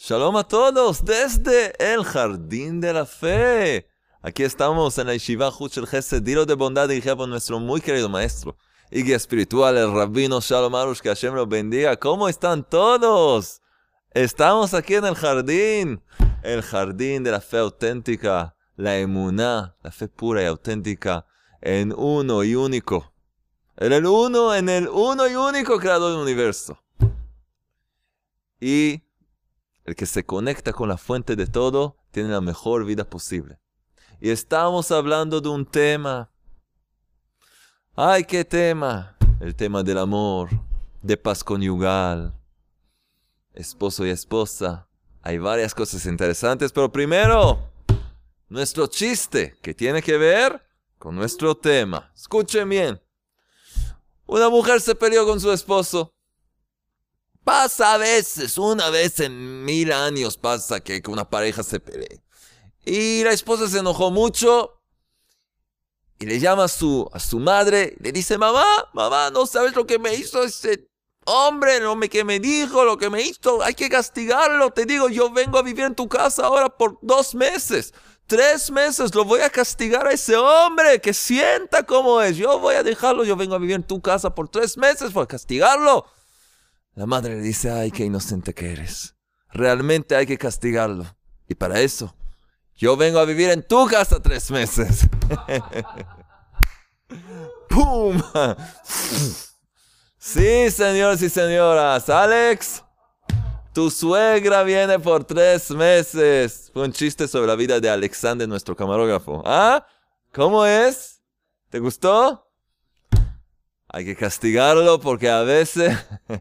Shalom a todos desde el Jardín de la Fe. Aquí estamos en la Yeshiva Hut Shel Chesed, Dilo de bondad dirigida por nuestro muy querido maestro y guía espiritual, el Rabino Shalom Arush, que Hashem los bendiga. ¿Cómo están todos? Estamos aquí en el jardín de la fe auténtica, la emuná, la fe pura y auténtica, en uno y único, en el uno y único creador del universo. Y el que se conecta con la fuente de todo tiene la mejor vida posible. Y estamos hablando de un tema. ¡Ay, qué tema! El tema del amor, de paz conyugal, esposo y esposa. Hay varias cosas interesantes, pero primero, nuestro chiste, que tiene que ver con nuestro tema. Escuchen bien. Una mujer se peleó con su esposo. Pasa a veces, una vez en 1000 años pasa que una pareja se pelee. Y la esposa se enojó mucho y le llama a su madre y le dice: mamá, no sabes lo que me hizo ese hombre, que me dijo, lo que me hizo, hay que castigarlo. Te digo, yo vengo a vivir en tu casa ahora por 2 meses, 3 meses, lo voy a castigar a ese hombre, que sienta cómo es. Yo voy a dejarlo, yo vengo a vivir en tu casa por 3 meses, voy a castigarlo. La madre le dice: ay, qué inocente que eres. Realmente hay que castigarlo. Y para eso, yo vengo a vivir en tu casa 3 meses. ¡Pum! Sí, señores y señoras. Alex, tu suegra viene por 3 meses. Fue un chiste sobre la vida de Alexander, nuestro camarógrafo. ¿Ah? ¿Cómo es? ¿Te gustó? Hay que castigarlo porque a veces...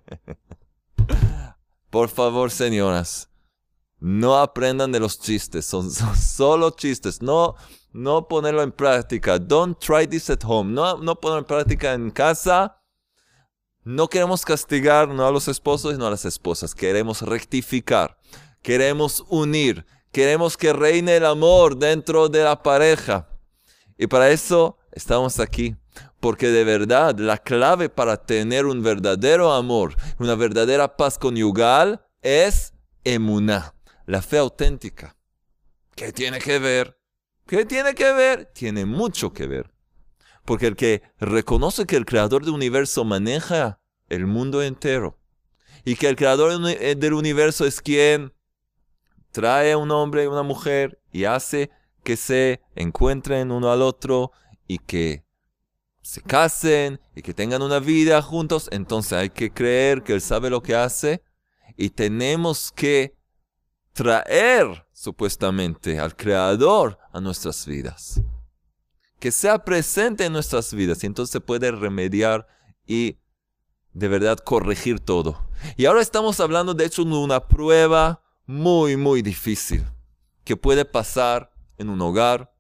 Por favor, señoras, no aprendan de los chistes. Son solo chistes. No ponerlo en práctica. Don't try this at home. No ponerlo en práctica en casa. No queremos castigar no a los esposos no a las esposas. Queremos rectificar. Queremos unir. Queremos que reine el amor dentro de la pareja. Y para eso estamos aquí. Porque de verdad, la clave para tener un verdadero amor, una verdadera paz conyugal, es emuná, la fe auténtica. ¿Qué tiene que ver? ¿Qué tiene que ver? Tiene mucho que ver. Porque el que reconoce que el creador del universo maneja el mundo entero, y que el creador del universo es quien trae a un hombre y una mujer y hace que se encuentren uno al otro y que se casen y que tengan una vida juntos, entonces hay que creer que Él sabe lo que hace y tenemos que traer supuestamente al Creador a nuestras vidas. Que sea presente en nuestras vidas y entonces se puede remediar y de verdad corregir todo. Y ahora estamos hablando de hecho de una prueba muy, muy difícil que puede pasar en un hogar.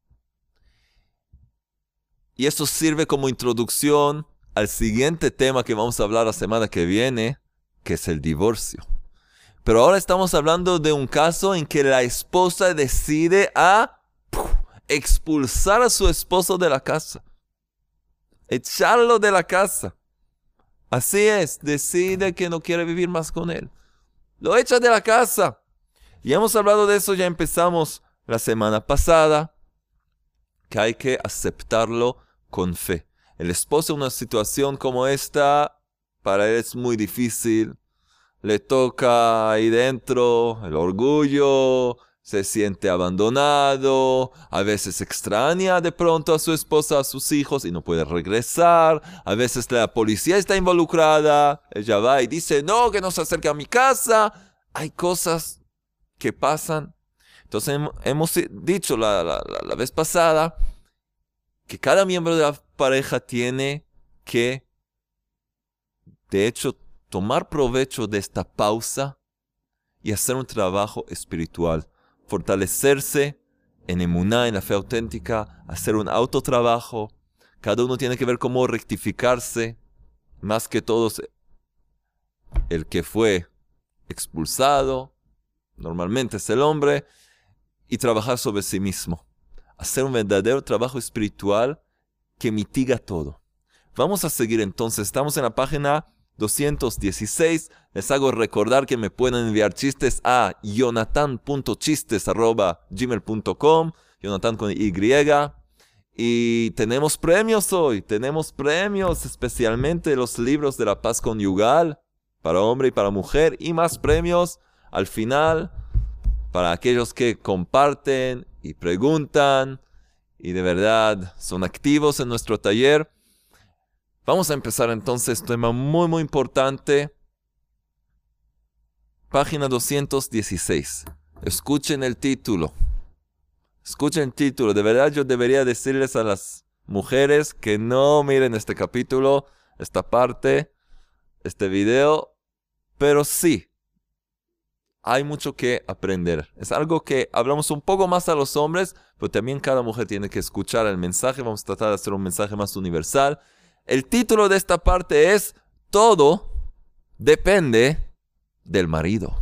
Y esto sirve como introducción al siguiente tema que vamos a hablar la semana que viene, que es el divorcio. Pero ahora estamos hablando de un caso en que la esposa decide expulsar a su esposo de la casa. Echarlo de la casa. Así es, decide que no quiere vivir más con él. Lo echa de la casa. Y hemos hablado de eso, ya empezamos la semana pasada, que hay que aceptarlo con fe. El esposo en una situación como esta, para él es muy difícil. Le toca ahí dentro el orgullo, se siente abandonado, a veces extraña de pronto a su esposa, a sus hijos y no puede regresar. A veces la policía está involucrada, ella va y dice: no, que no se acerque a mi casa. Hay cosas que pasan. Entonces hemos dicho la vez pasada que cada miembro de la pareja tiene que, de hecho, tomar provecho de esta pausa y hacer un trabajo espiritual. Fortalecerse en emuná, en la fe auténtica, hacer un autotrabajo. Cada uno tiene que ver cómo rectificarse. Más que todos, el que fue expulsado, normalmente es el hombre, y trabajar sobre sí mismo. Hacer un verdadero trabajo espiritual que mitiga todo. Vamos a seguir entonces. Estamos en la página 216. Les hago recordar que me pueden enviar chistes a jonathan.chistes@gmail.com, Jonathan con Y. Y tenemos premios hoy, tenemos premios, especialmente los libros de la paz conyugal, para hombre y para mujer, y más premios al final, para aquellos que comparten y preguntan, y de verdad son activos en nuestro taller. Vamos a empezar entonces, un tema muy importante. Página 216. Escuchen el título. Escuchen el título. De verdad yo debería decirles a las mujeres que no miren este capítulo, esta parte, este video. Pero sí, hay mucho que aprender. Es algo que hablamos un poco más a los hombres, pero también cada mujer tiene que escuchar el mensaje. Vamos a tratar de hacer un mensaje más universal. El título de esta parte es: todo depende del marido.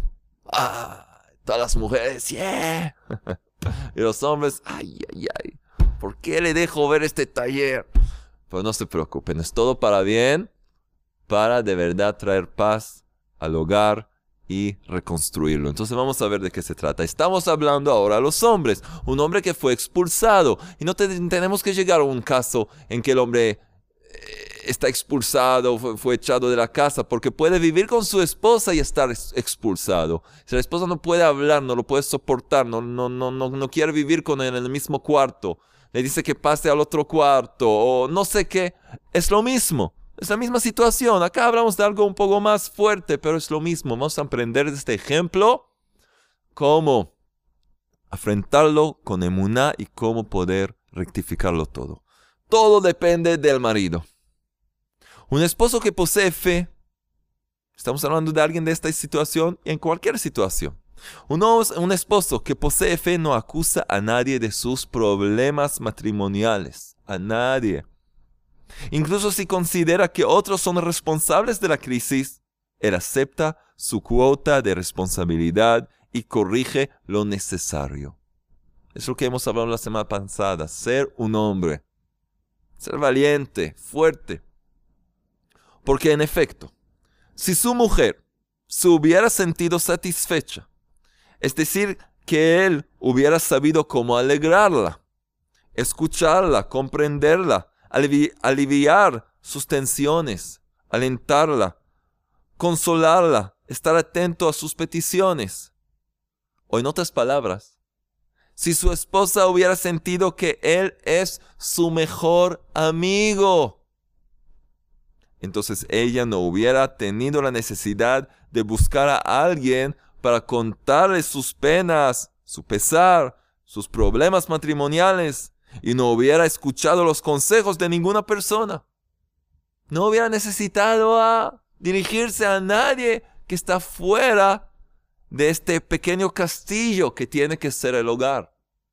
Todas las mujeres, yeah. Y los hombres, ay. ¿Por qué le dejo ver este taller? Pero no se preocupen, es todo para bien, para de verdad traer paz al hogar y reconstruirlo. Entonces vamos a ver de qué se trata. Estamos hablando ahora a los hombres. Un hombre que fue expulsado. Y no tenemos que llegar a un caso en que el hombre está expulsado, fue echado de la casa, porque puede vivir con su esposa y estar expulsado. Si la esposa no puede hablar, no lo puede soportar, no quiere vivir con él en el mismo cuarto, le dice que pase al otro cuarto, o no sé qué, es lo mismo. Es la misma situación. Acá hablamos de algo un poco más fuerte, pero es lo mismo. Vamos a aprender de este ejemplo cómo afrontarlo con emuná y cómo poder rectificarlo todo. Todo depende del marido. Un esposo que posee fe, estamos hablando de alguien de esta situación y en cualquier situación. Un esposo que posee fe no acusa a nadie de sus problemas matrimoniales. A nadie. Incluso si considera que otros son responsables de la crisis, él acepta su cuota de responsabilidad y corrige lo necesario. Es lo que hemos hablado la semana pasada. Ser un hombre. Ser valiente, fuerte. Porque en efecto, si su mujer se hubiera sentido satisfecha, es decir, que él hubiera sabido cómo alegrarla, escucharla, comprenderla, aliviar sus tensiones, alentarla, consolarla, estar atento a sus peticiones. O en otras palabras, si su esposa hubiera sentido que él es su mejor amigo, entonces ella no hubiera tenido la necesidad de buscar a alguien para contarle sus penas, su pesar, sus problemas matrimoniales, y no hubiera escuchado los consejos de ninguna persona. No hubiera necesitado dirigirse a nadie que está fuera de este pequeño castillo que tiene que ser el hogar.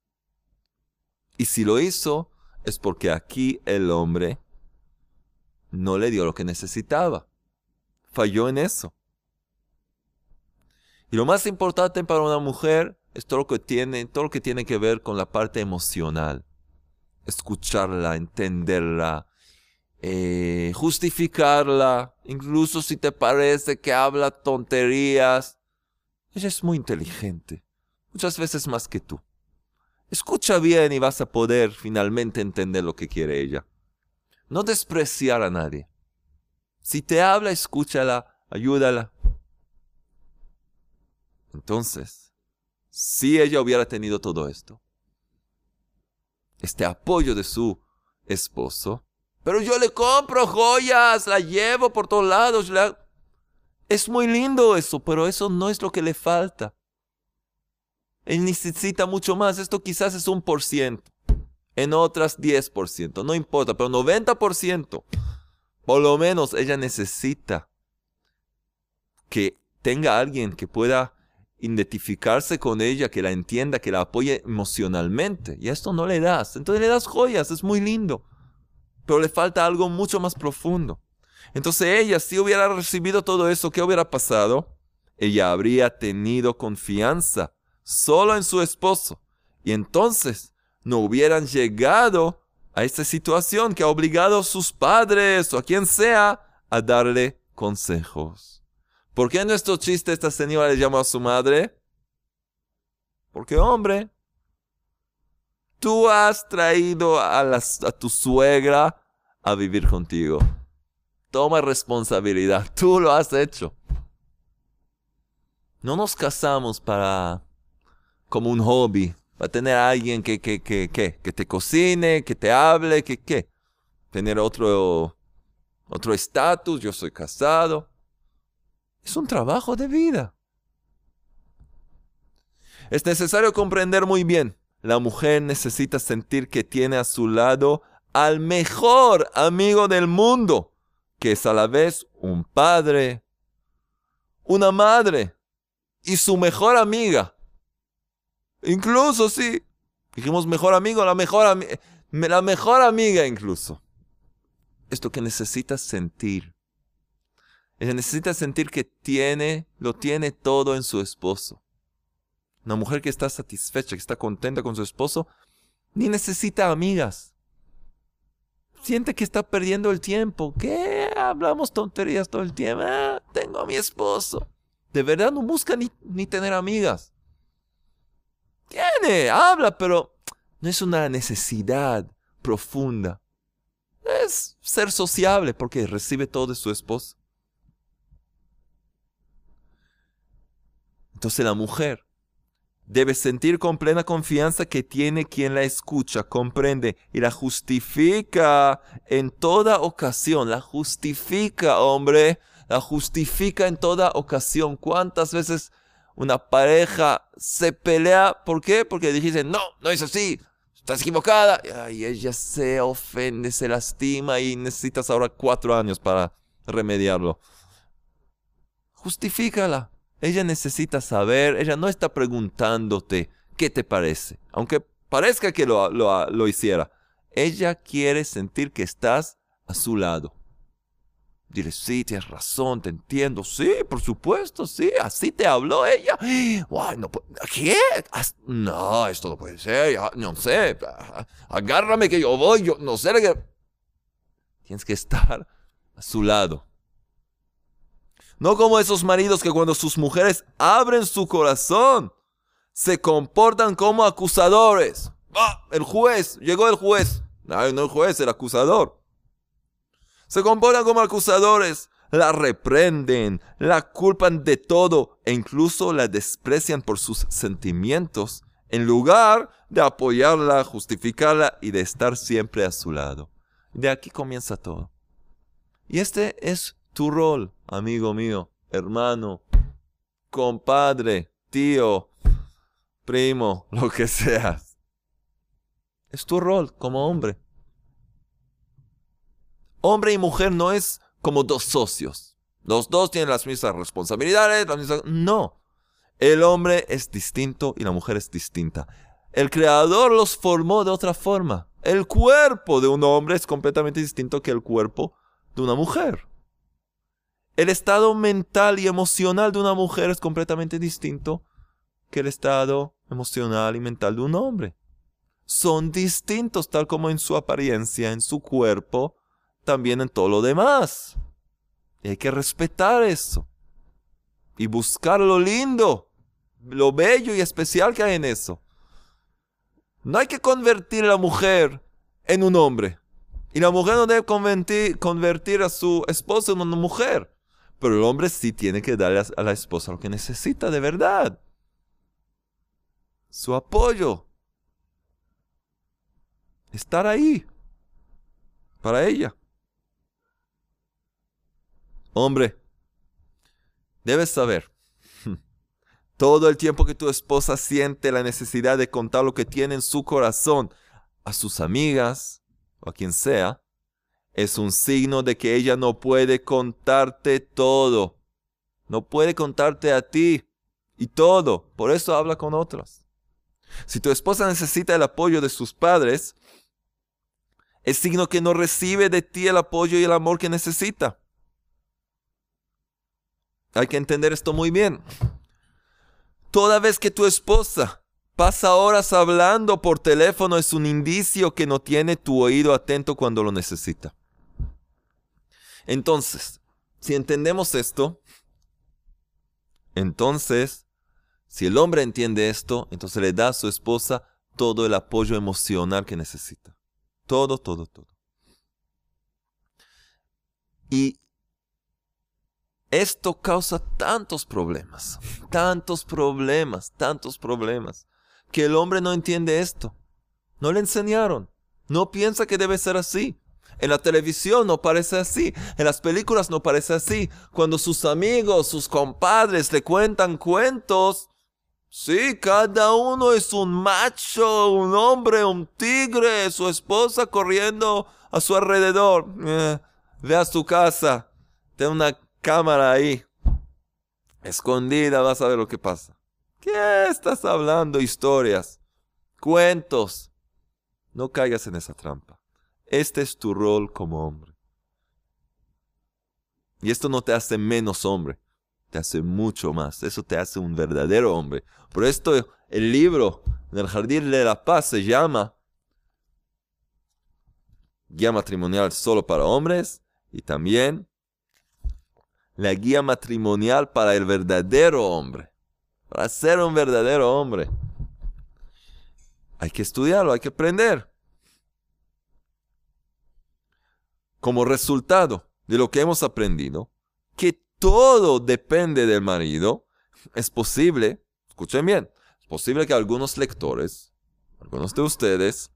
Y si lo hizo, es porque aquí el hombre no le dio lo que necesitaba. Falló en eso. Y lo más importante para una mujer es todo lo que tiene que ver con la parte emocional. Escucharla, entenderla, justificarla, incluso si te parece que habla tonterías. Ella es muy inteligente, muchas veces más que tú. Escucha bien y vas a poder finalmente entender lo que quiere ella. No despreciar a nadie. Si te habla, escúchala, ayúdala. Entonces, si ella hubiera tenido todo esto, este apoyo de su esposo, pero yo le compro joyas, la llevo por todos lados, es muy lindo eso, pero eso no es lo que le falta. Él necesita mucho más. Esto quizás es 1%, en otras 10%, no importa, pero 90%, por lo menos ella necesita que tenga alguien que pueda identificarse con ella, que la entienda, que la apoye emocionalmente. Y esto no le das. Entonces le das joyas, es muy lindo. Pero le falta algo mucho más profundo. Entonces ella, si hubiera recibido todo eso, ¿qué hubiera pasado? Ella habría tenido confianza solo en su esposo. Y entonces no hubieran llegado a esta situación que ha obligado a sus padres o a quien sea a darle consejos. ¿Por qué en nuestro chiste esta señora le llamó a su madre? Porque, hombre, tú has traído a tu suegra a vivir contigo. Toma responsabilidad. Tú lo has hecho. No nos casamos como un hobby. Para tener a alguien que te cocine, que te hable, que tener otro estatus. Yo soy casado. Es un trabajo de vida. Es necesario comprender muy bien. La mujer necesita sentir que tiene a su lado al mejor amigo del mundo, que es a la vez un padre, una madre y su mejor amiga. Incluso, sí, dijimos mejor amigo, la mejor amiga incluso. Esto que necesita sentir. Ella necesita sentir que lo tiene todo en su esposo. Una mujer que está satisfecha, que está contenta con su esposo, ni necesita amigas. Siente que está perdiendo el tiempo. ¿Qué? Hablamos tonterías todo el tiempo. Tengo a mi esposo. De verdad no busca ni tener amigas. Habla, pero no es una necesidad profunda. Es ser sociable porque recibe todo de su esposo. Entonces la mujer debe sentir con plena confianza que tiene quien la escucha, comprende y la justifica en toda ocasión. La justifica, hombre. La justifica en toda ocasión. ¿Cuántas veces una pareja se pelea? ¿Por qué? Porque dicen, no es así. Estás equivocada. Y ella se ofende, se lastima y necesitas ahora 4 años para remediarlo. Justifícala. Ella necesita saber, ella no está preguntándote qué te parece, aunque parezca que lo hiciera. Ella quiere sentir que estás a su lado. Dile, sí, tienes razón, te entiendo. Sí, por supuesto, sí, así te habló ella. Uy, no, ¿qué? No, esto no puede ser, no sé. Agárrame que yo voy, yo no sé. Tienes que estar a su lado. No como esos maridos que cuando sus mujeres abren su corazón, se comportan como acusadores. El juez, llegó el juez. No el juez, el acusador. Se comportan como acusadores, la reprenden, la culpan de todo e incluso la desprecian por sus sentimientos, en lugar de apoyarla, justificarla y de estar siempre a su lado. De aquí comienza todo. Y este es tu rol, amigo mío, hermano, compadre, tío, primo, lo que seas. Es tu rol como hombre. Hombre y mujer no es como dos socios. Los dos tienen las mismas responsabilidades, No. El hombre es distinto y la mujer es distinta. El Creador los formó de otra forma. El cuerpo de un hombre es completamente distinto que el cuerpo de una mujer. El estado mental y emocional de una mujer es completamente distinto que el estado emocional y mental de un hombre. Son distintos tal como en su apariencia, en su cuerpo, también en todo lo demás. Y hay que respetar eso. Y buscar lo lindo, lo bello y especial que hay en eso. No hay que convertir a la mujer en un hombre. Y la mujer no debe convertir a su esposo en una mujer. Pero el hombre sí tiene que darle a la esposa lo que necesita de verdad. Su apoyo. Estar ahí. Para ella. Hombre, debes saber. Todo el tiempo que tu esposa siente la necesidad de contar lo que tiene en su corazón a sus amigas o a quien sea, es un signo de que ella no puede contarte todo. No puede contarte a ti y todo. Por eso habla con otras. Si tu esposa necesita el apoyo de sus padres, es signo que no recibe de ti el apoyo y el amor que necesita. Hay que entender esto muy bien. Toda vez que tu esposa pasa horas hablando por teléfono es un indicio que no tiene tu oído atento cuando lo necesita. Entonces, Si entendemos esto, entonces, si el hombre entiende esto, entonces le da a su esposa todo el apoyo emocional que necesita. Todo, todo, todo. Y esto causa tantos problemas, que el hombre no entiende esto. No le enseñaron. No piensa que debe ser así. En la televisión no parece así. En las películas no parece así. Cuando sus amigos, sus compadres le cuentan cuentos, sí, cada uno es un macho, un hombre, un tigre, su esposa corriendo a su alrededor. Ve a su casa, tiene una cámara ahí, escondida, vas a ver lo que pasa. ¿Qué estás hablando? Historias, cuentos. No caigas en esa trampa. Este es tu rol como hombre. Y esto no te hace menos hombre, te hace mucho más. Eso te hace un verdadero hombre. Por esto el libro del Jardín de la Paz se llama Guía Matrimonial solo para hombres y también la guía matrimonial para el verdadero hombre. Para ser un verdadero hombre. Hay que estudiarlo, hay que aprender. Como resultado de lo que hemos aprendido, que todo depende del marido, es posible, escuchen bien, es posible que algunos lectores, algunos de ustedes,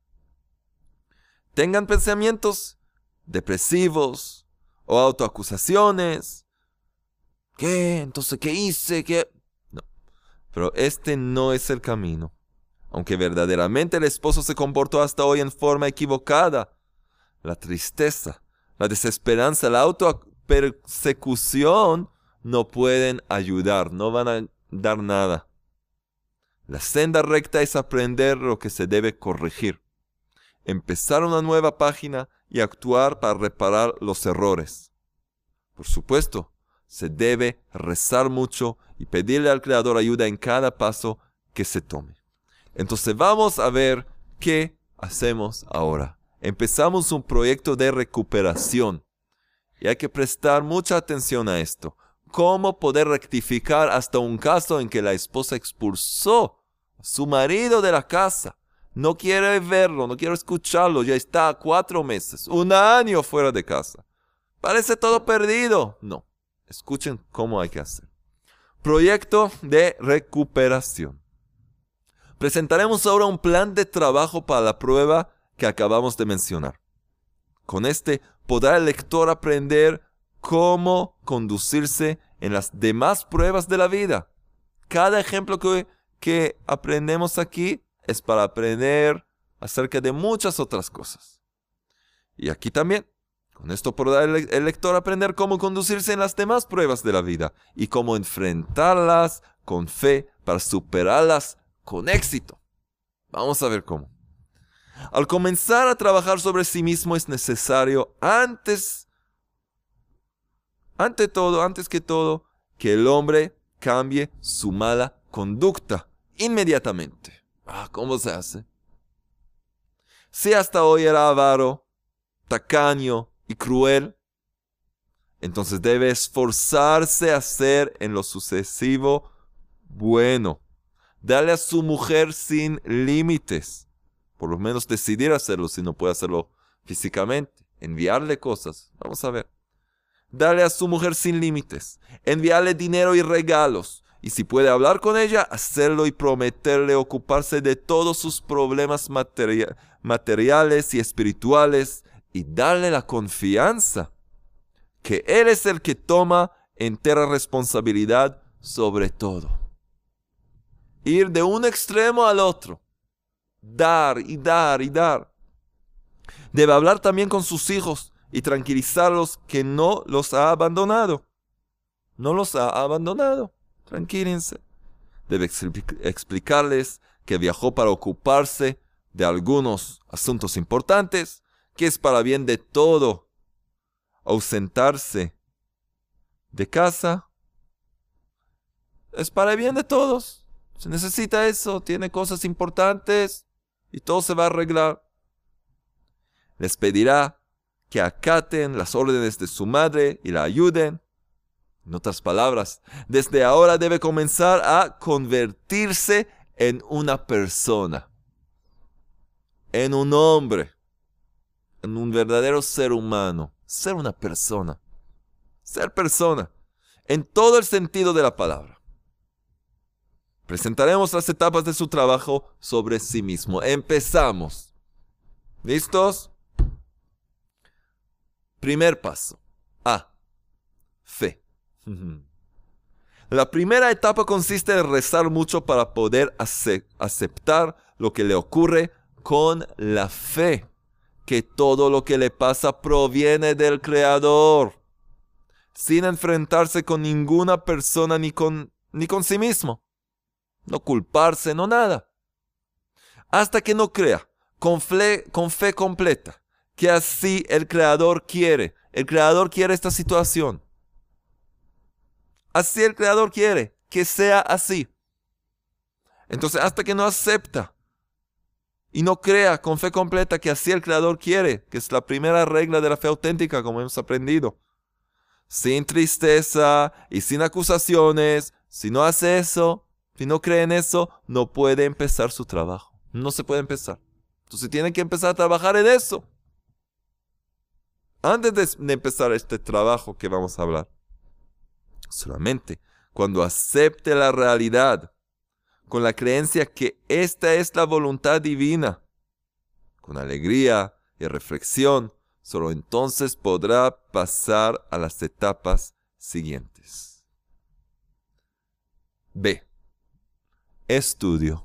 tengan pensamientos depresivos o autoacusaciones. ¿Qué? Entonces, ¿qué hice? ¿Qué? No, pero este no es el camino. Aunque verdaderamente el esposo se comportó hasta hoy en forma equivocada, la tristeza, la desesperanza, la autopersecución no pueden ayudar, no van a dar nada. La senda recta es aprender lo que se debe corregir, empezar una nueva página y actuar para reparar los errores. Por supuesto, se debe rezar mucho y pedirle al Creador ayuda en cada paso que se tome. Entonces vamos a ver qué hacemos ahora. Empezamos un proyecto de recuperación y hay que prestar mucha atención a esto. ¿Cómo poder rectificar hasta un caso en que la esposa expulsó a su marido de la casa? No quiere verlo, no quiere escucharlo, ya está 4 meses, 1 año fuera de casa. Parece todo perdido. No, escuchen cómo hay que hacer. Proyecto de recuperación. Presentaremos ahora un plan de trabajo para la prueba que acabamos de mencionar. Con este podrá el lector aprender cómo conducirse en las demás pruebas de la vida. Cada ejemplo que aprendemos aquí es para aprender acerca de muchas otras cosas. Y aquí también, con esto podrá el lector aprender cómo conducirse en las demás pruebas de la vida y cómo enfrentarlas con fe para superarlas con éxito. Vamos a ver cómo. Al comenzar a trabajar sobre sí mismo es necesario antes que todo, que el hombre cambie su mala conducta inmediatamente. ¿Cómo se hace? Si hasta hoy era avaro, tacaño y cruel, entonces debe esforzarse a ser en lo sucesivo bueno. Darle a su mujer sin límites. Por lo menos decidir hacerlo si no puede hacerlo físicamente. Enviarle cosas. Vamos a ver. Darle a su mujer sin límites. Enviarle dinero y regalos. Y si puede hablar con ella, hacerlo y prometerle ocuparse de todos sus problemas materiales y espirituales. Y darle la confianza que él es el que toma entera responsabilidad sobre todo. Ir de un extremo al otro. Dar y dar y dar. Debe hablar también con sus hijos y tranquilizarlos que no los ha abandonado. No los ha abandonado. Tranquílense. Debe explicarles que viajó para ocuparse de algunos asuntos importantes, que es para bien de todo ausentarse de casa. Es para el bien de todos. Se necesita eso, tiene cosas importantes y todo se va a arreglar. Les pedirá que acaten las órdenes de su madre y la ayuden En otras palabras, desde ahora debe comenzar a convertirse en una persona, en un hombre, en un verdadero ser humano, ser una persona, ser persona, en todo el sentido de la palabra. Presentaremos las etapas de su trabajo sobre sí mismo. Empezamos. ¿Listos? Primer paso. A. Fe. La primera etapa consiste en rezar mucho para poder aceptar lo que le ocurre con la fe, que todo lo que le pasa proviene del Creador, sin enfrentarse con ninguna persona ni con sí mismo. No culparse, no nada. Hasta que no crea, con fe completa, que así el Creador quiere. El Creador quiere esta situación. Así el Creador quiere que sea así. Entonces, hasta que no acepta y no crea con fe completa que así el Creador quiere, que es la primera regla de la fe auténtica, como hemos aprendido, sin tristeza y sin acusaciones, si no hace eso, si no cree en eso, no puede empezar su trabajo. No se puede empezar. Entonces tiene que empezar a trabajar en eso. Antes de empezar este trabajo que vamos a hablar. Solamente cuando acepte la realidad, con la creencia que esta es la voluntad divina, con alegría y reflexión, solo entonces podrá pasar a las etapas siguientes. B. Estudio.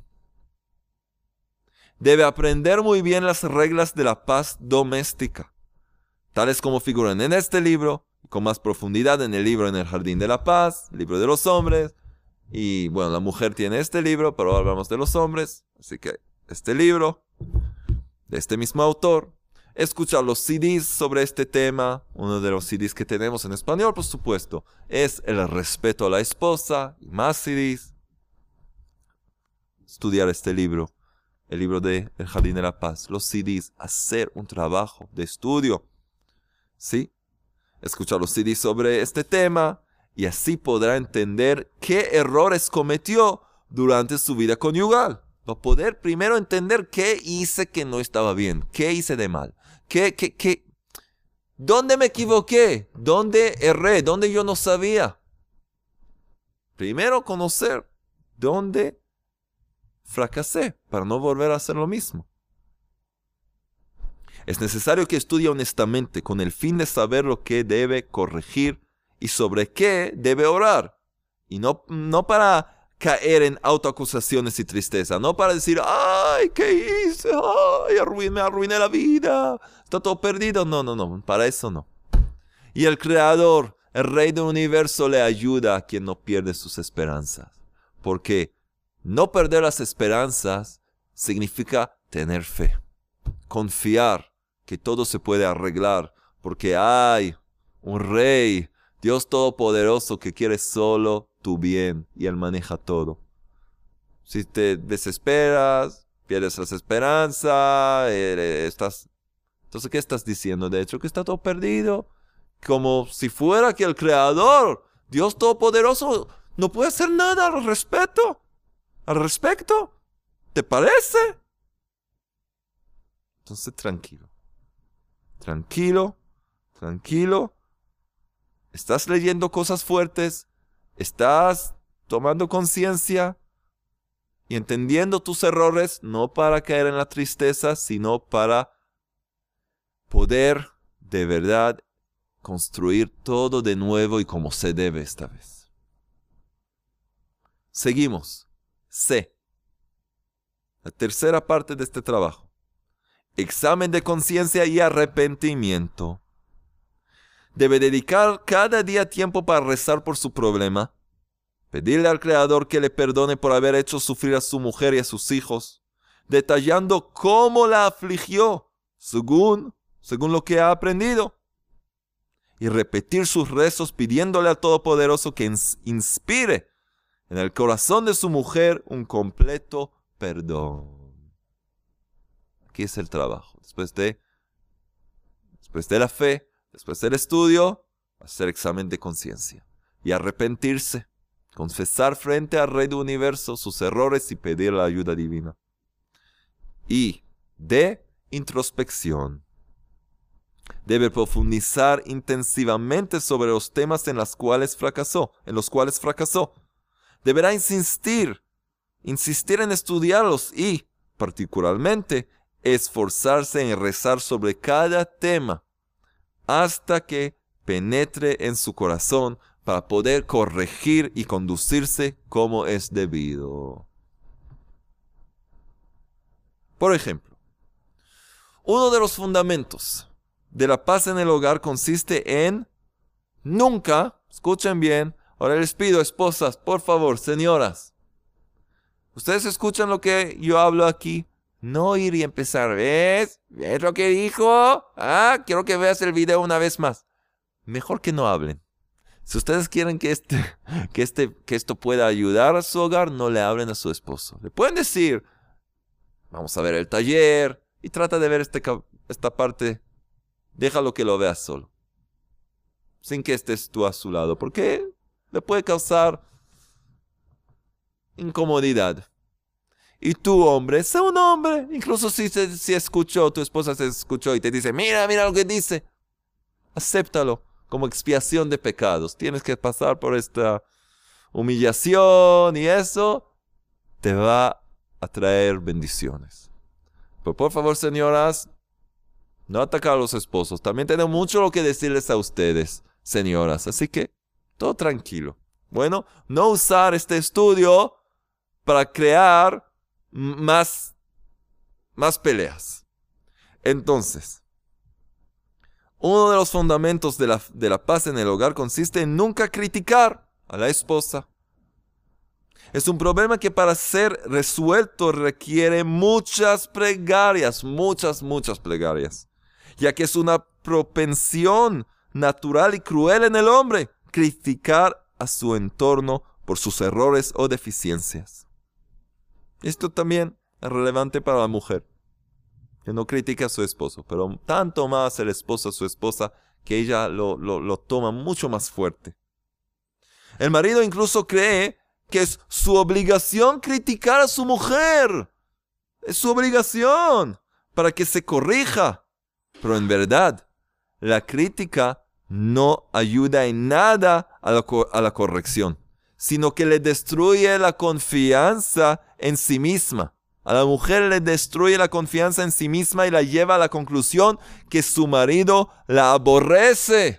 Debe aprender muy bien las reglas de la paz doméstica, tales como figuran en este libro, con más profundidad en el libro En el Jardín de la Paz, libro de los hombres. Y bueno, la mujer tiene este libro, pero ahora hablamos de los hombres. Así que este libro, de este mismo autor. Escuchar los CDs sobre este tema. Uno de los CDs que tenemos en español, por supuesto, es El respeto a la esposa. Y más CDs. Estudiar este libro, el libro de El Jardín de la Paz. Los CDs, hacer un trabajo de estudio. ¿Sí? Escuchar los CDs sobre este tema. Y así podrá entender qué errores cometió durante su vida conyugal. Va a poder primero entender qué hice que no estaba bien, qué hice de mal, dónde me equivoqué, dónde erré, dónde yo no sabía. Primero conocer dónde fracasé para no volver a hacer lo mismo. Es necesario que estudie honestamente con el fin de saber lo que debe corregir y sobre qué debe orar. Y no para caer en autoacusaciones y tristeza. No para decir, ¡ay, qué hice! ¡Ay, me arruiné la vida! ¿Está todo perdido? No, para eso no. Y el Creador, el Rey del Universo, le ayuda a quien no pierde sus esperanzas. Porque no perder las esperanzas significa tener fe. Confiar que todo se puede arreglar. Porque hay un Rey, Dios Todopoderoso, que quiere solo tu bien y Él maneja todo. Si te desesperas, pierdes las esperanzas, entonces, ¿qué estás diciendo? De hecho, que está todo perdido. Como si fuera que el Creador, Dios Todopoderoso, no puede hacer nada al respecto. ¿Te parece? Entonces, tranquilo. Estás leyendo cosas fuertes, estás tomando conciencia y entendiendo tus errores, no para caer en la tristeza, sino para poder de verdad construir todo de nuevo y como se debe esta vez. Seguimos. C. La tercera parte de este trabajo. Examen de conciencia y arrepentimiento. Debe dedicar cada día tiempo para rezar por su problema, pedirle al Creador que le perdone por haber hecho sufrir a su mujer y a sus hijos, detallando cómo la afligió, según lo que ha aprendido, y repetir sus rezos pidiéndole al Todopoderoso que inspire en el corazón de su mujer un completo perdón. Aquí es el trabajo. Después de la fe, después del estudio, hacer examen de conciencia. y arrepentirse, confesar frente al Rey del Universo sus errores y pedir la ayuda divina. Y D, introspección. Debe profundizar intensivamente sobre los temas en los cuales fracasó. Deberá insistir en estudiarlos y, particularmente, esforzarse en rezar sobre cada tema hasta que penetre en su corazón para poder corregir y conducirse como es debido. Por ejemplo, uno de los fundamentos de la paz en el hogar consiste en nunca, escuchen bien, ahora les pido, esposas, por favor, señoras, ustedes escuchan lo que yo hablo aquí, no ir y empezar, ¿ves? ¿Ves lo que dijo? Quiero que veas el video una vez más. Mejor que no hablen. Si ustedes quieren que esto pueda ayudar a su hogar, no le hablen a su esposo. Le pueden decir, vamos a ver el taller, y trata de ver esta parte. Déjalo que lo veas solo, sin que estés tú a su lado, porque le puede causar incomodidad. Y tú, hombre, sé un hombre, incluso si escuchó, tu esposa se escuchó y te dice, mira lo que dice, acéptalo como expiación de pecados. Tienes que pasar por esta humillación y eso te va a traer bendiciones. Pero por favor, señoras, no atacar a los esposos. También tenemos mucho lo que decirles a ustedes, señoras. Así que, todo tranquilo. Bueno, no usar este estudio para crear más peleas. Entonces, uno de los fundamentos de la paz en el hogar consiste en nunca criticar a la esposa. Es un problema que para ser resuelto requiere muchas plegarias, muchas plegarias, ya que es una propensión natural y cruel en el hombre criticar a su entorno por sus errores o deficiencias. Esto también es relevante para la mujer, que no critica a su esposo, pero tanto más el esposo a su esposa, que ella lo toma mucho más fuerte. El marido incluso cree que es su obligación criticar a su mujer. Es su obligación para que se corrija. Pero en verdad, la crítica no ayuda en nada a la corrección, sino que le destruye la confianza en sí misma. A la mujer le destruye la confianza en sí misma y la lleva a la conclusión que su marido la aborrece.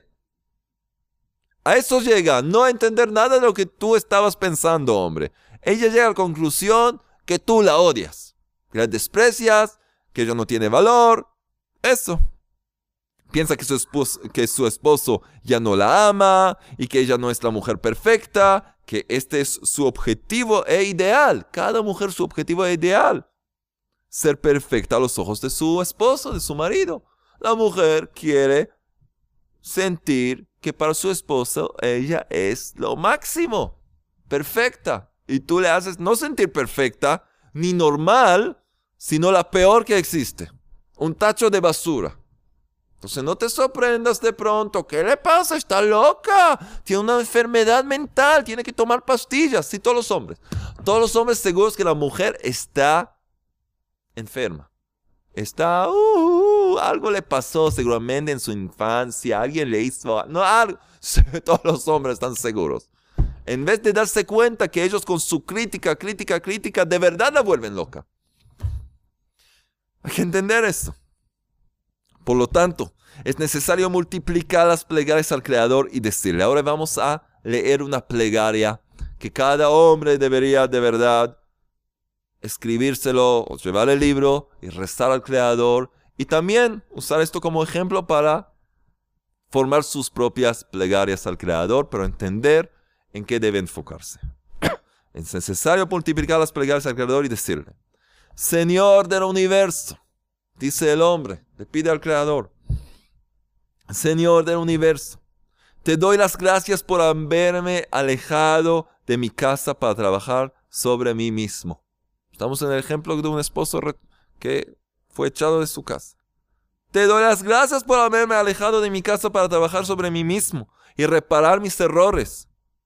A eso llega, no a entender nada de lo que tú estabas pensando, hombre. Ella llega a la conclusión que tú la odias, que la desprecias, que ella no tiene valor. Eso. Piensa que su esposo ya no la ama y que ella no es la mujer perfecta, que este es su objetivo e ideal. Cada mujer su objetivo e ideal. Ser perfecta a los ojos de su esposo, de su marido. La mujer quiere sentir que para su esposo ella es lo máximo, perfecta. Y tú le haces no sentir perfecta, ni normal, sino la peor que existe. Un tacho de basura. Entonces no te sorprendas de pronto. ¿Qué le pasa? Está loca. Tiene una enfermedad mental. Tiene que tomar pastillas. Sí, todos los hombres. Todos los hombres seguros que la mujer está enferma. Está, algo le pasó seguramente en su infancia. Alguien le hizo, no, algo. Todos los hombres están seguros. En vez de darse cuenta que ellos con su crítica, de verdad la vuelven loca. Hay que entender esto. Por lo tanto, es necesario multiplicar las plegarias al Creador y decirle. Ahora vamos a leer una plegaria que cada hombre debería de verdad escribírselo o llevar el libro y rezar al Creador. Y también usar esto como ejemplo para formar sus propias plegarias al Creador, pero entender en qué debe enfocarse. Es necesario multiplicar las plegarias al Creador y decirle. Señor del universo. Dice el hombre, le pide al Creador, Señor del universo, te doy las gracias por haberme alejado de mi casa para trabajar sobre mí mismo. Estamos en el ejemplo de un esposo que fue echado de su casa. Te doy las gracias por haberme alejado de mi casa para trabajar sobre mí mismo y reparar mis errores.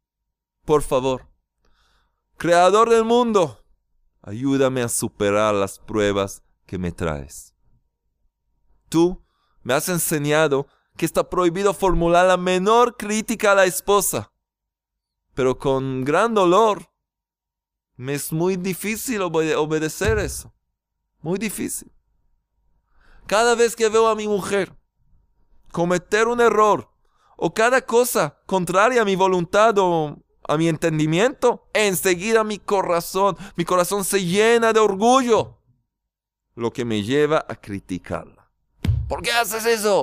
por favor, Creador del mundo, ayúdame a superar las pruebas que me traes. Tú me has enseñado que está prohibido formular la menor crítica a la esposa, pero con gran dolor me es muy difícil obedecer eso. Muy difícil. Cada vez que veo a mi mujer cometer un error o cada cosa contraria a mi voluntad o a mi entendimiento, enseguida mi corazón se llena de orgullo, lo que me lleva a criticarla. ¿Por qué haces eso?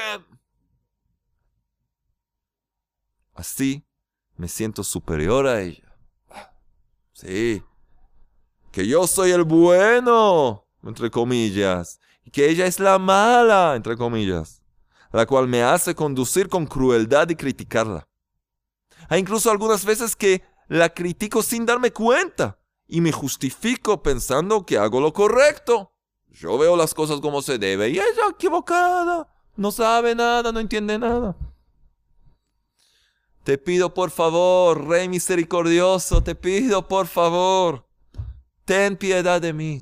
Así me siento superior a ella. Sí, que yo soy el bueno, entre comillas, y que ella es la mala, entre comillas, la cual me hace conducir con crueldad y criticarla. Hay incluso algunas veces que la critico sin darme cuenta y me justifico pensando que hago lo correcto. Yo veo las cosas como se debe y ella equivocada, no sabe nada, no entiende nada. Te pido por favor, Rey misericordioso, te pido por favor, ten piedad de mí,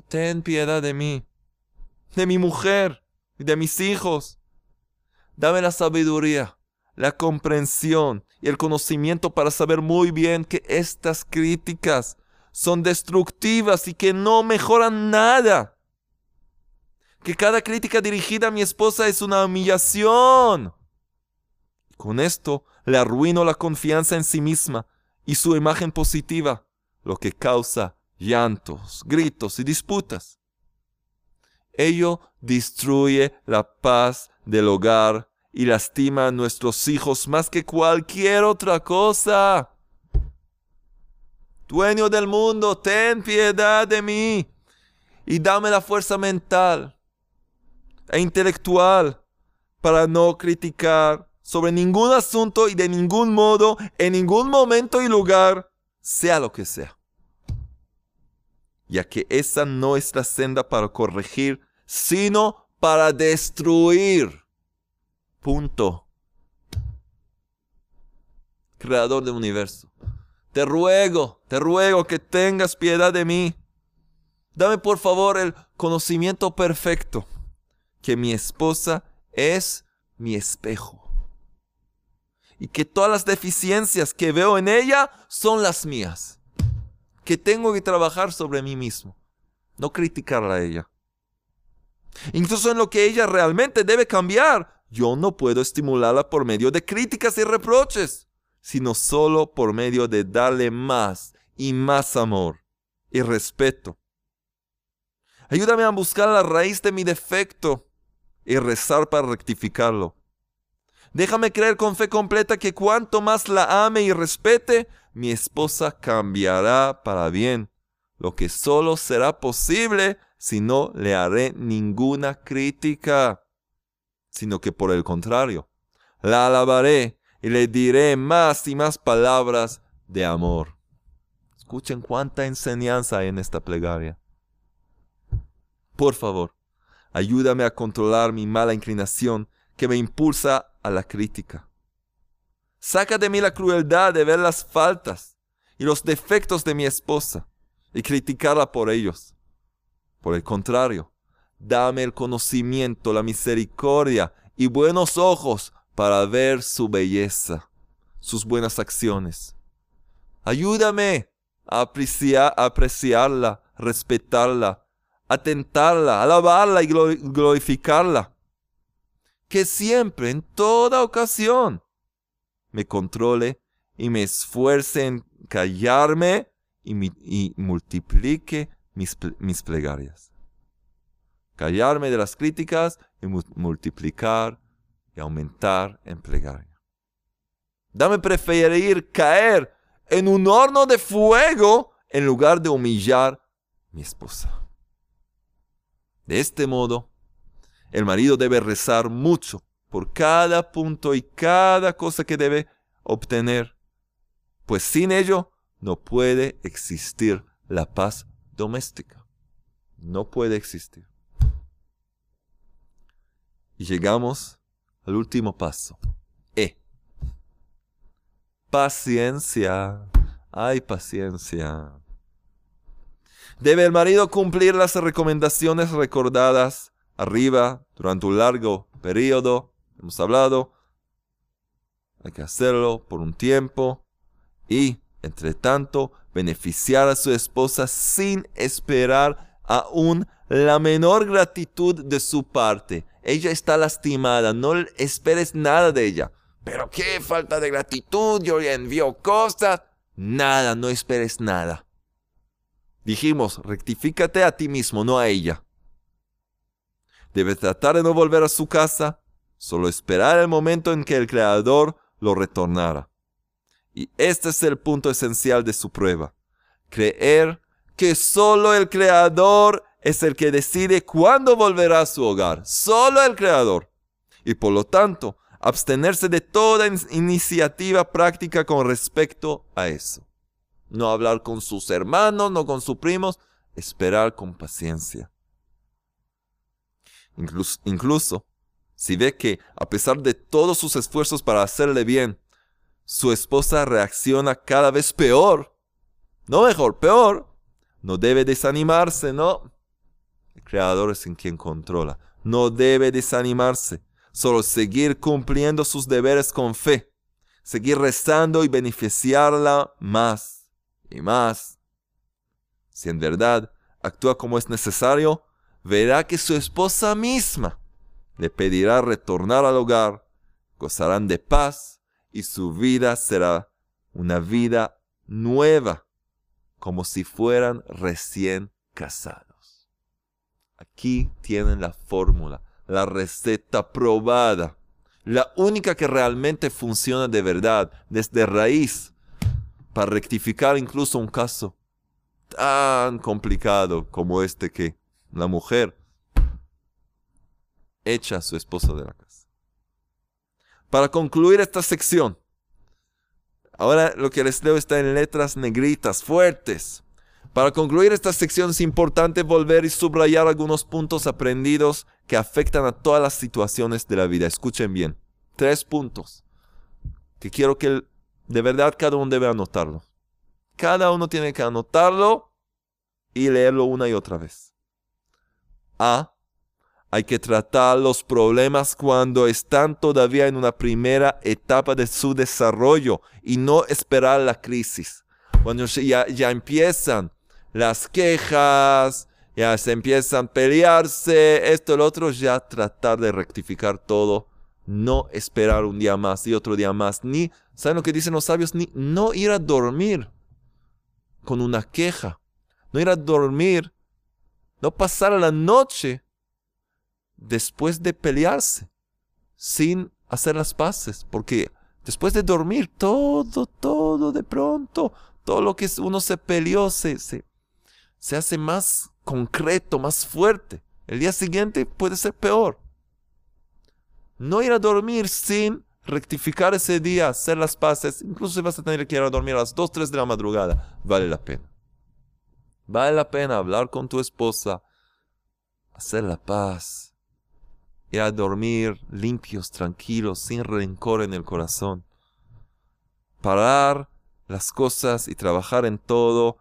de mi mujer y de mis hijos. Dame la sabiduría, la comprensión y el conocimiento para saber muy bien que estas críticas son destructivas y que no mejoran nada. Que cada crítica dirigida a mi esposa es una humillación. Con esto le arruino la confianza en sí misma y su imagen positiva, lo que causa llantos, gritos y disputas. Ello destruye la paz del hogar y lastima a nuestros hijos más que cualquier otra cosa. Dueño del mundo, ten piedad de mí y dame la fuerza mental e intelectual para no criticar sobre ningún asunto y de ningún modo, en ningún momento y lugar, sea lo que sea. Ya que esa no es la senda para corregir, sino para destruir. Punto. Creador del universo, te ruego que tengas piedad de mí. Dame por favor el conocimiento perfecto, que mi esposa es mi espejo. Y que todas las deficiencias que veo en ella son las mías. Que tengo que trabajar sobre mí mismo, no criticarla a ella. Incluso en lo que ella realmente debe cambiar, yo no puedo estimularla por medio de críticas y reproches, sino solo por medio de darle más y más amor y respeto. Ayúdame a buscar la raíz de mi defecto y rezar para rectificarlo. Déjame creer con fe completa que cuanto más la ame y respete, mi esposa cambiará para bien, lo que solo será posible si no le haré ninguna crítica, sino que por el contrario, la alabaré y le diré más y más palabras de amor. Escuchen cuánta enseñanza hay en esta plegaria. Por favor, ayúdame a controlar mi mala inclinación que me impulsa a la crítica. Saca de mí la crueldad de ver las faltas y los defectos de mi esposa y criticarla por ellos. Por el contrario, dame el conocimiento, la misericordia y buenos ojos para ver su belleza, sus buenas acciones. Ayúdame a apreciarla, respetarla, atentarla, alabarla y glorificarla. Que siempre, en toda ocasión, me controle y me esfuerce en callarme y multiplique mis plegarias. Callarme de las críticas y multiplicar y aumentar en plegaria. Dame preferir caer en un horno de fuego en lugar de humillar a mi esposa. De este modo, el marido debe rezar mucho por cada punto y cada cosa que debe obtener, pues sin ello no puede existir la paz doméstica. No puede existir. Y llegamos al último paso. Paciencia. Hay paciencia. ¿Debe el marido cumplir las recomendaciones recordadas arriba durante un largo periodo? Hemos hablado. Hay que hacerlo por un tiempo y, entre tanto, beneficiar a su esposa sin esperar aún la menor gratitud de su parte. Ella está lastimada, no esperes nada de ella. ¿Pero qué falta de gratitud? Yo le envío cosas. Nada, no esperes nada. Dijimos, rectifícate a ti mismo, no a ella. Debes tratar de no volver a su casa, solo esperar el momento en que el Creador lo retornara. Y este es el punto esencial de su prueba. Creer que solo el Creador es el que decide cuándo volverá a su hogar. Solo el Creador. Y por lo tanto, abstenerse de toda iniciativa práctica con respecto a eso. No hablar con sus hermanos, no con sus primos. Esperar con paciencia. Incluso, si ve que, a pesar de todos sus esfuerzos para hacerle bien, su esposa reacciona cada vez peor. No mejor, peor. No debe desanimarse, no. El Creador es en quien controla. No debe desanimarse. Solo seguir cumpliendo sus deberes con fe. Seguir rezando y beneficiarla más y más. Si en verdad actúa como es necesario, verá que su esposa misma le pedirá retornar al hogar, gozarán de paz y su vida será una vida nueva, como si fueran recién casados. Aquí tienen la fórmula, la receta probada, la única que realmente funciona de verdad, desde raíz, para rectificar incluso un caso tan complicado como este que la mujer echa a su esposo de la casa. Para concluir esta sección, ahora lo que les leo está en letras negritas, fuertes. Para concluir esta sección es importante volver y subrayar algunos puntos aprendidos que afectan a todas las situaciones de la vida. Escuchen bien. 3 puntos que quiero que de verdad cada uno debe anotarlo. Cada uno tiene que anotarlo y leerlo una y otra vez. A. Hay que tratar los problemas cuando están todavía en una primera etapa de su desarrollo y no esperar la crisis. Cuando ya empiezan las quejas, ya se empiezan a pelearse, esto, lo otro, ya tratar de rectificar todo. No esperar un día más y otro día más. Ni, ¿saben lo que dicen los sabios? Ni no ir a dormir con una queja. No ir a dormir, no pasar la noche después de pelearse, sin hacer las paces, porque después de dormir, todo de pronto, todo lo que uno se peleó se hace más concreto, más fuerte. El día siguiente puede ser peor. No ir a dormir sin rectificar ese día, hacer las paces, incluso si vas a tener que ir a dormir a las 2, 3 de la madrugada, vale la pena. Vale la pena hablar con tu esposa, hacer la paz. Ir a dormir limpios, tranquilos, sin rencor en el corazón. Parar las cosas y trabajar en todo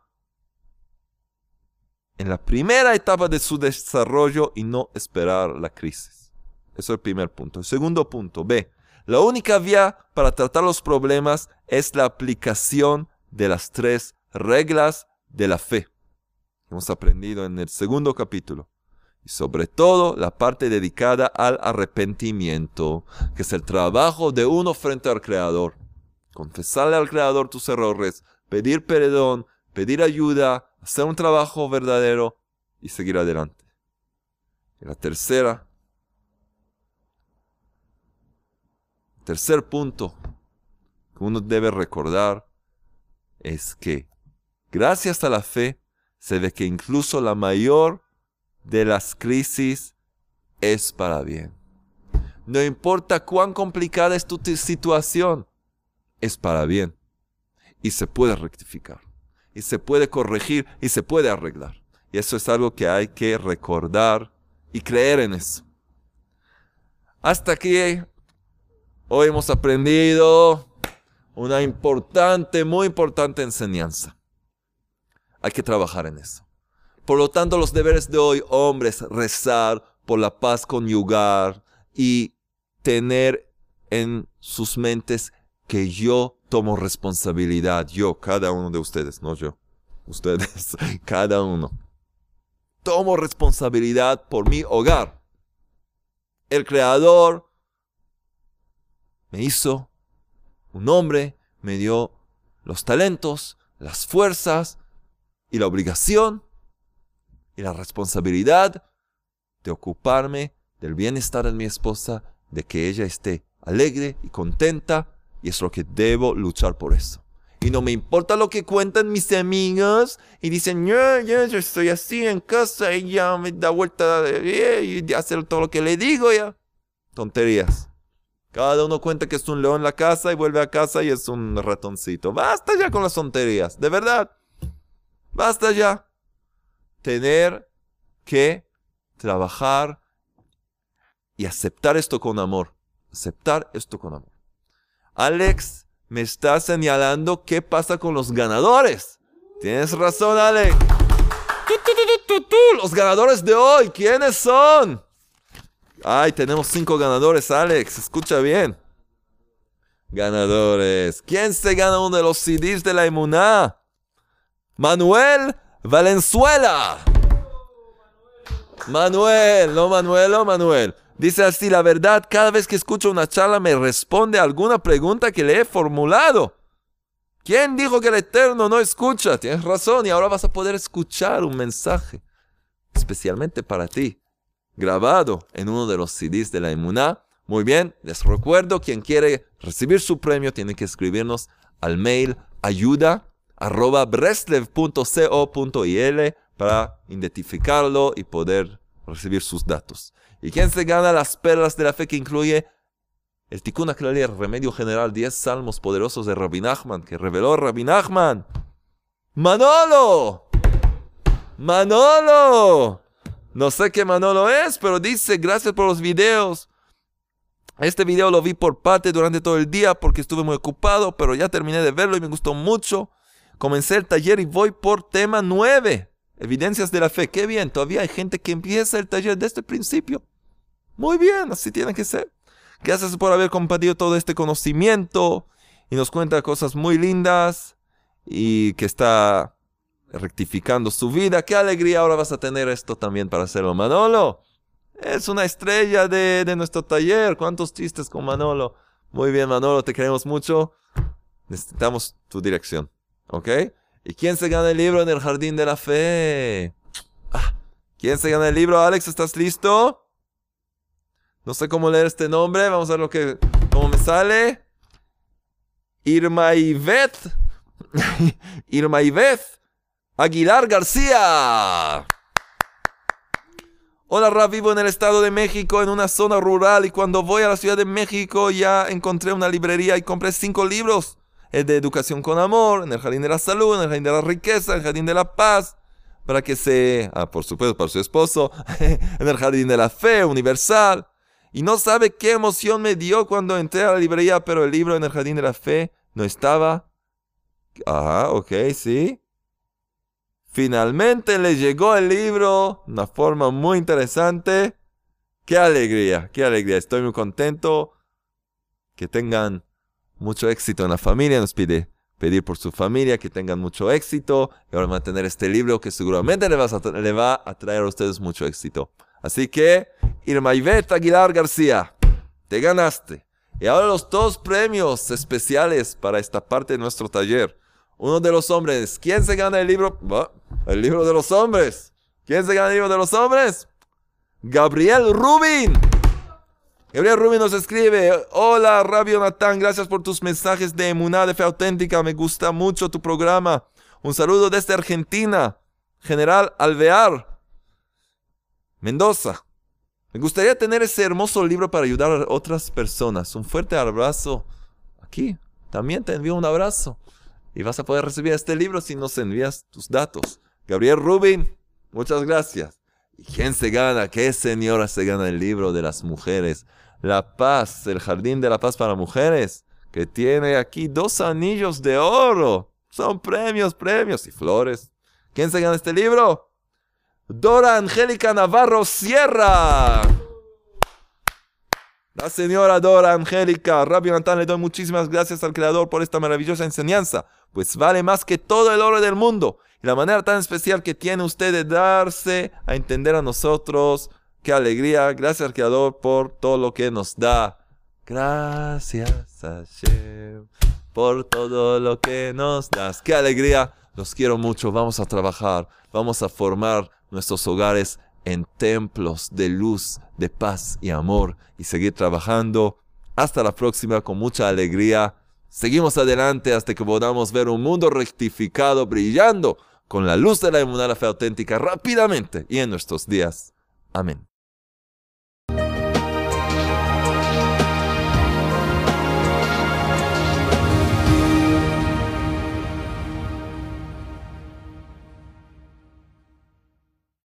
en la primera etapa de su desarrollo y no esperar la crisis. Eso es el primer punto. El segundo punto, B. La única vía para tratar los problemas es la aplicación de las 3 reglas de la fe. Hemos aprendido en el segundo capítulo. Y sobre todo la parte dedicada al arrepentimiento, que es el trabajo de uno frente al Creador. Confesarle al Creador tus errores, pedir perdón, pedir ayuda, hacer un trabajo verdadero y seguir adelante. Y la tercer punto que uno debe recordar es que gracias a la fe se ve que incluso la mayor de las crisis es para bien. No importa cuán complicada es tu situación, es para bien. Y se puede rectificar, y se puede corregir, y se puede arreglar. Y eso es algo que hay que recordar y creer en eso. Hasta aquí, hoy hemos aprendido Una importante, muy importante enseñanza. Hay que trabajar en eso. Por lo tanto, los deberes de hoy, hombres, rezar por la paz conyugal y tener en sus mentes que yo tomo responsabilidad. Yo, cada uno de ustedes, no yo. Ustedes, cada uno. Tomo responsabilidad por mi hogar. El Creador me hizo un hombre, me dio los talentos, las fuerzas y la obligación y la responsabilidad de ocuparme del bienestar de mi esposa, de que ella esté alegre y contenta, y es lo que debo luchar por eso. Y no me importa lo que cuentan mis amigos y dicen, yo estoy así en casa y ya me da vuelta y hacer todo lo que le digo ya. Tonterías. Cada uno cuenta que es un león en la casa y vuelve a casa y es un ratoncito. Basta ya con las tonterías, de verdad. Basta ya. Tener que trabajar y aceptar esto con amor. Aceptar esto con amor. Alex me está señalando qué pasa con los ganadores. Tienes razón, Alex. Los ganadores de hoy, ¿quiénes son? Ay, tenemos 5 ganadores, Alex. Escucha bien. Ganadores. ¿Quién se gana uno de los CDs de la Emuná? Manuel Valenzuela. Manuel, no Manuelo, Manuel. Dice así, la verdad, cada vez que escucho una charla me responde a alguna pregunta que le he formulado. ¿Quién dijo que el Eterno no escucha? Tienes razón, y ahora vas a poder escuchar un mensaje especialmente para ti, grabado en uno de los CDs de la Emuná. Muy bien, les recuerdo, quien quiere recibir su premio tiene que escribirnos al mail ayuda@breslev.co.il para identificarlo y poder recibir sus datos. ¿Y quién se gana las perlas de la fe que incluye el Tikkun HaKlali, el remedio general, 10 salmos poderosos de Rabbi Nachman, que reveló Rabbi Nachman? ¡Manolo! ¡Manolo! No sé qué Manolo es, pero dice, gracias por los videos. Este video lo vi por parte durante todo el día porque estuve muy ocupado, pero ya terminé de verlo y me gustó mucho. Comencé el taller y voy por tema 9. Evidencias de la fe. ¡Qué bien! Todavía hay gente que empieza el taller desde el principio. Muy bien, así tiene que ser. Gracias por haber compartido todo este conocimiento y nos cuenta cosas muy lindas y que está rectificando su vida. ¡Qué alegría! Ahora vas a tener esto también para hacerlo. Manolo es una estrella de nuestro taller. ¿Cuántos chistes con Manolo? Muy bien, Manolo, te queremos mucho. Necesitamos tu dirección, ¿ok? ¿Y quién se gana el libro en el Jardín de la Fe? ¿Quién se gana el libro? Alex, ¿estás listo? No sé cómo leer este nombre. Vamos a ver cómo me sale. Irmaivet Aguilar García. Hola, Rab, vivo en el Estado de México, en una zona rural, y cuando voy a la Ciudad de México ya encontré una librería y compré 5 libros. El de Educación con Amor, en el Jardín de la Salud, en el Jardín de la Riqueza, en el Jardín de la Paz, para que por supuesto, para su esposo, en el Jardín de la Fe Universal. Y no sabe qué emoción me dio cuando entré a la librería, pero el libro en el Jardín de la Fe no estaba. Ok, sí. Finalmente le llegó el libro de una forma muy interesante. ¡Qué alegría! ¡Qué alegría! Estoy muy contento. Que tengan mucho éxito en la familia. Nos pedir por su familia que tengan mucho éxito. Y ahora van a tener este libro que seguramente le va a traer a ustedes mucho éxito. Así que, Irmaivet Aguilar García, te ganaste. Y ahora los 2 premios especiales para esta parte de nuestro taller. Uno de los hombres. ¿Quién se gana el libro? El libro de los hombres. ¿Quién se gana el libro de los hombres? Gabriel Rubin. Gabriel Rubin nos escribe: hola, Rabbi Jonathan, gracias por tus mensajes de Emuná, de fe auténtica. Me gusta mucho tu programa. Un saludo desde Argentina. General Alvear, Mendoza. Me gustaría tener ese hermoso libro para ayudar a otras personas. Un fuerte abrazo. Aquí también te envío un abrazo. Y vas a poder recibir este libro si nos envías tus datos. Gabriel Rubin, muchas gracias. ¿Y quién se gana? ¿Qué señora se gana el libro de las mujeres? La Paz, el Jardín de la Paz para mujeres. que tiene aquí 2 anillos de oro. Son premios y flores. ¿Quién se gana este libro? Dora Angélica Navarro Sierra. La señora Dora Angélica. Rabbi Natan, le doy muchísimas gracias al Creador por esta maravillosa enseñanza, pues vale más que todo el oro del mundo. Y la manera tan especial que tiene usted de darse a entender a nosotros. Qué alegría. Gracias al Creador por todo lo que nos da. Gracias, Hashem, por todo lo que nos das. Qué alegría. Los quiero mucho. Vamos a trabajar. Vamos a formar nuestros hogares en templos de luz, de paz y amor. Y seguir trabajando. Hasta la próxima con mucha alegría. Seguimos adelante hasta que podamos ver un mundo rectificado, brillando con la luz de la emuná, la fe auténtica, rápidamente y en nuestros días. Amén.